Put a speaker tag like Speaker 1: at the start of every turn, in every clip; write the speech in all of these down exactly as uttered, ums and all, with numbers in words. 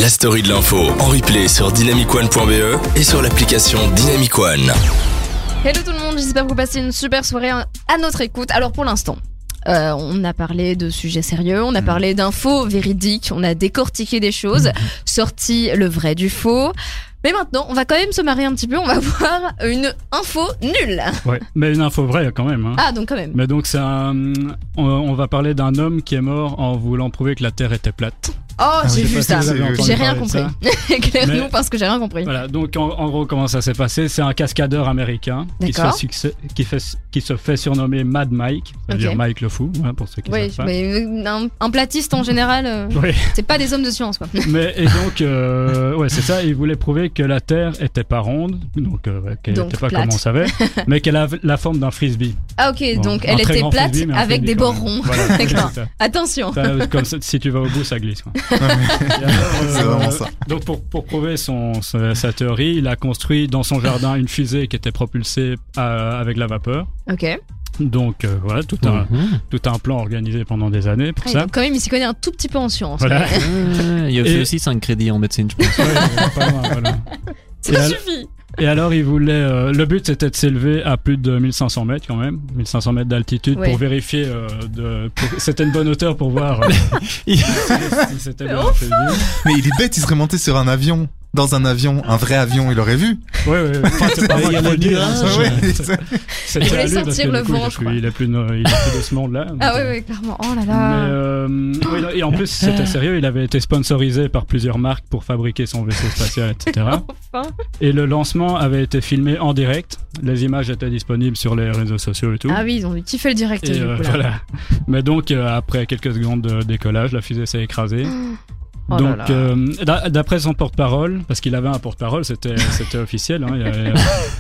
Speaker 1: la story de l'info en replay sur dynamic one point b e et sur l'application Dynamic One.
Speaker 2: Hello tout le monde, j'espère que vous passez une super soirée à notre écoute. Alors pour l'instant, euh, on a parlé de sujets sérieux, on a parlé d'infos véridiques, on a décortiqué des choses, sorti le vrai du faux. Mais maintenant, on va quand même se marrer un petit peu, on va voir une info nulle.
Speaker 3: Ouais, mais une info vraie quand même. Hein.
Speaker 2: Ah, donc quand même.
Speaker 3: Mais donc, c'est un, on, on va parler d'un homme qui est mort en voulant prouver que la Terre était plate.
Speaker 2: Oh,
Speaker 3: Ah,
Speaker 2: j'ai
Speaker 3: je sais
Speaker 2: vu
Speaker 3: pas
Speaker 2: ça.
Speaker 3: si vous avez entendu
Speaker 2: J'ai rien
Speaker 3: parler de
Speaker 2: compris.
Speaker 3: ça.
Speaker 2: Éclaire-nous
Speaker 3: Mais-
Speaker 2: parce que j'ai rien compris.
Speaker 3: Voilà, donc en, en gros, comment ça s'est passé? C'est un cascadeur américain qui se, fait
Speaker 2: D'accord.
Speaker 3: succès- qui, fait, qui se fait surnommer Mad Mike, c'est-à-dire
Speaker 2: Ok.
Speaker 3: Mike le fou, hein, pour ceux qui
Speaker 2: Oui,
Speaker 3: savent pas.
Speaker 2: mais euh, un, un platiste en général, euh,
Speaker 3: Oui.
Speaker 2: c'est pas des hommes de science quoi.
Speaker 3: Mais et donc, euh, ouais, c'est ça. Il voulait prouver que la Terre était pas ronde, donc euh, ouais, qu'elle
Speaker 2: Donc
Speaker 3: n'était pas
Speaker 2: plate.
Speaker 3: comme on savait, mais qu'elle a la forme d'un frisbee.
Speaker 2: Ah ok,
Speaker 3: Bon,
Speaker 2: donc
Speaker 3: un
Speaker 2: elle
Speaker 3: très
Speaker 2: était
Speaker 3: grand
Speaker 2: plate
Speaker 3: frisbee, mais un
Speaker 2: avec
Speaker 3: frisbee
Speaker 2: des
Speaker 3: quand
Speaker 2: bords
Speaker 3: même.
Speaker 2: ronds.
Speaker 3: Voilà,
Speaker 2: D'accord.
Speaker 3: c'est ça.
Speaker 2: Attention.
Speaker 3: Ça, comme ça, si tu vas au bout, ça glisse. Quoi. Et alors,
Speaker 4: C'est vraiment ça.
Speaker 3: Donc pour, pour prouver son, sa, sa théorie, il a construit dans son jardin une fusée qui était propulsée à- avec la vapeur.
Speaker 2: Ok.
Speaker 3: Donc euh, voilà, tout un, tout un plan organisé pendant des années pour
Speaker 2: Ah,
Speaker 3: ça.
Speaker 2: donc quand même, il s'y connaît un tout petit peu en science.
Speaker 3: Voilà.
Speaker 2: Ouais.
Speaker 5: Euh, il a
Speaker 3: Et-
Speaker 5: fait aussi cinq crédits en médecine, je pense.
Speaker 3: Ouais, pas loin, voilà. Et
Speaker 2: Ça
Speaker 3: al-
Speaker 2: suffit.
Speaker 3: Et alors, il voulait. euh, le but, c'était de s'élever à plus de mille cinq cents mètres quand même, mille cinq cents mètres d'altitude
Speaker 2: Ouais.
Speaker 3: pour vérifier. Euh, de, pour- c'était une bonne hauteur pour voir euh, si, si c'était bien
Speaker 2: Enfin.
Speaker 3: fait vivre.
Speaker 4: Mais il est bête, il serait monté sur un avion. Dans un avion, un vrai avion, il aurait vu.
Speaker 3: Ouais, ouais. Enfin, c'est pas moi
Speaker 5: Il y a
Speaker 3: qui faut
Speaker 5: le
Speaker 3: le dire,
Speaker 5: nuage.
Speaker 3: hein, c'est-
Speaker 4: Ouais,
Speaker 3: c'est-
Speaker 4: c'est-
Speaker 3: c'était
Speaker 2: Il voulait
Speaker 3: à lui, parce
Speaker 2: sentir
Speaker 3: que
Speaker 2: le
Speaker 3: du coup, il
Speaker 2: vent,
Speaker 3: est
Speaker 2: je
Speaker 3: plus-
Speaker 2: crois.
Speaker 3: Il est plus, de- il est plus de ce monde-là.
Speaker 2: Ah oui, oui, clairement. Oh là
Speaker 3: Mais
Speaker 2: là.
Speaker 3: euh, oui, et en plus, c'était sérieux, il avait été sponsorisé par plusieurs marques pour fabriquer son vaisseau spatial, et cetera.
Speaker 2: Enfin.
Speaker 3: Et le lancement avait été filmé en direct. Les images étaient disponibles sur les réseaux sociaux et tout.
Speaker 2: Ah oui, ils ont dû kiffer le direct
Speaker 3: Et
Speaker 2: du
Speaker 3: euh,
Speaker 2: coup là.
Speaker 3: voilà. Mais donc, euh, après quelques secondes de décollage, la fusée s'est écrasée.
Speaker 2: Oh là
Speaker 3: donc,
Speaker 2: là.
Speaker 3: euh, d'a- d'après son porte-parole, parce qu'il avait un porte-parole, c'était, c'était officiel. Hein, il, y avait, euh,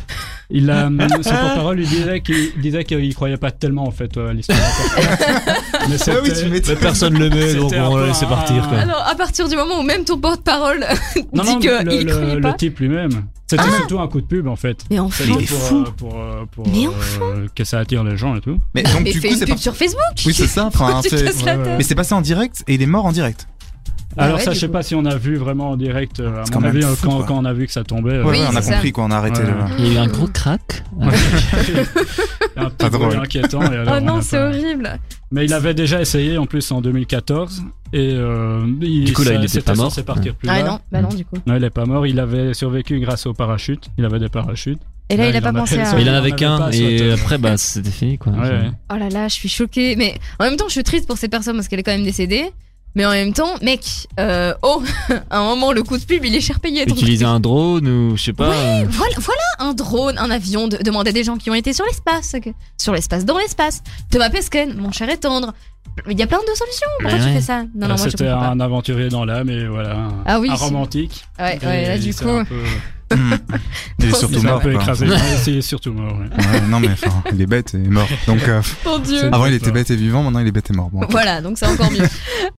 Speaker 3: il a, son porte-parole lui disait qu'il disait qu'il croyait pas tellement en fait à l'histoire. de la Terre. Mais
Speaker 4: Ah oui,
Speaker 3: c'était-
Speaker 4: tu m'étonnes.
Speaker 5: Mais personne ne l'aimait, donc
Speaker 3: C'était un
Speaker 5: on
Speaker 3: peu
Speaker 5: l'a laissé
Speaker 3: un-
Speaker 5: partir. Quoi.
Speaker 2: Alors, à partir du moment où même ton porte-parole
Speaker 3: non,
Speaker 2: dit
Speaker 3: non,
Speaker 2: qu'il
Speaker 3: le, le,
Speaker 2: croyait
Speaker 3: le
Speaker 2: pas.
Speaker 3: type lui-même. C'était surtout un coup de pub en fait.
Speaker 2: Mais enfin.
Speaker 3: C'était
Speaker 4: il est
Speaker 3: pour,
Speaker 4: fou.
Speaker 3: euh, pour, euh, pour,
Speaker 2: Mais
Speaker 3: euh, que ça attire les gens et tout.
Speaker 4: Mais donc,
Speaker 2: Mais
Speaker 4: du
Speaker 2: fais
Speaker 4: coup,
Speaker 2: une
Speaker 4: c'est
Speaker 2: pub
Speaker 4: pas...
Speaker 2: sur Facebook.
Speaker 4: Oui, c'est ça. Enfin,
Speaker 2: Tu
Speaker 4: c'est-
Speaker 2: casses la
Speaker 3: ouais,
Speaker 2: tête.
Speaker 4: Mais c'est passé en direct et il est mort en direct.
Speaker 2: Ah
Speaker 3: Alors
Speaker 2: ouais,
Speaker 3: ça,
Speaker 2: du
Speaker 3: je sais
Speaker 2: coup.
Speaker 3: pas si on a vu vraiment en direct. euh, À
Speaker 4: C'est
Speaker 3: mon
Speaker 4: quand
Speaker 3: avis,
Speaker 4: même
Speaker 3: euh,
Speaker 4: fou,
Speaker 3: quand,
Speaker 4: quoi.
Speaker 3: quand on a vu que ça tombait. euh,
Speaker 4: Ouais,
Speaker 2: Oui,
Speaker 4: ouais, on a
Speaker 2: c'est ça.
Speaker 4: compris qu'on a arrêté
Speaker 3: Ouais.
Speaker 4: de.
Speaker 5: Il y a eu un gros crack.
Speaker 3: Ouais. un
Speaker 4: Pas
Speaker 3: peu
Speaker 4: drôle.
Speaker 3: inquiétant. Et alors,
Speaker 2: Oh
Speaker 3: on
Speaker 2: non,
Speaker 3: a
Speaker 2: c'est
Speaker 3: pas-
Speaker 2: horrible.
Speaker 3: Mais il avait déjà essayé en plus en deux mille quatorze et euh, il,
Speaker 5: Du coup, là,
Speaker 3: ça-
Speaker 5: il était
Speaker 3: c'était
Speaker 5: pas mort.
Speaker 3: censé partir plus
Speaker 2: Ah
Speaker 3: bas.
Speaker 2: non, bah non du coup.
Speaker 3: Non, il est pas mort. Il avait survécu grâce au parachute. Il avait des parachutes.
Speaker 2: Et là,
Speaker 3: Là,
Speaker 2: il a
Speaker 3: il
Speaker 2: pas
Speaker 3: en a
Speaker 2: pensé
Speaker 3: fait
Speaker 2: à.
Speaker 3: ça.
Speaker 5: Mais il en
Speaker 3: on
Speaker 5: avait
Speaker 3: avait
Speaker 5: qu'un,
Speaker 3: pas
Speaker 5: et
Speaker 3: sauté.
Speaker 5: après, bah, c'était fini, quoi.
Speaker 3: Ouais, ouais.
Speaker 2: Oh là là, je suis choquée. Mais en même temps, je suis triste pour ces personnes parce qu'elle est quand même décédée. Mais en même temps, mec, euh, oh, à un moment, le coup de pub, il est cher payé. donc-
Speaker 5: Utiliser un drone ou je sais pas.
Speaker 2: Ouais, voilà, voilà un drone, un avion, de, demander des gens qui ont été sur l'espace, que- sur l'espace, dans l'espace. Thomas Pesquet, mon cher et tendre. Il y a plein de solutions. Pourquoi
Speaker 5: Ouais,
Speaker 2: tu
Speaker 5: ouais.
Speaker 2: fais ça? Non, non, moi je
Speaker 3: C'était
Speaker 2: comprends pas.
Speaker 3: un aventurier dans l'âme et voilà. Un,
Speaker 2: Ah oui,
Speaker 3: un
Speaker 2: c'est-
Speaker 3: romantique.
Speaker 2: Ouais,
Speaker 3: Et
Speaker 2: ouais, là
Speaker 3: il
Speaker 2: du
Speaker 3: s'est
Speaker 2: coup.
Speaker 3: un peu-
Speaker 4: Hmm. Il est
Speaker 2: Il
Speaker 4: surtout
Speaker 3: il s'est un
Speaker 4: mort.
Speaker 3: peu
Speaker 4: quoi.
Speaker 3: écrasé. Ouais, il est surtout mort. ouais.
Speaker 4: Ouais, non, mais enfin, il est bête et mort. Donc, euh,
Speaker 2: Mon dieu.
Speaker 3: C'est-
Speaker 4: avant, il était bête et vivant, maintenant, il est bête et mort. Bon.
Speaker 2: Voilà, donc c'est encore mieux.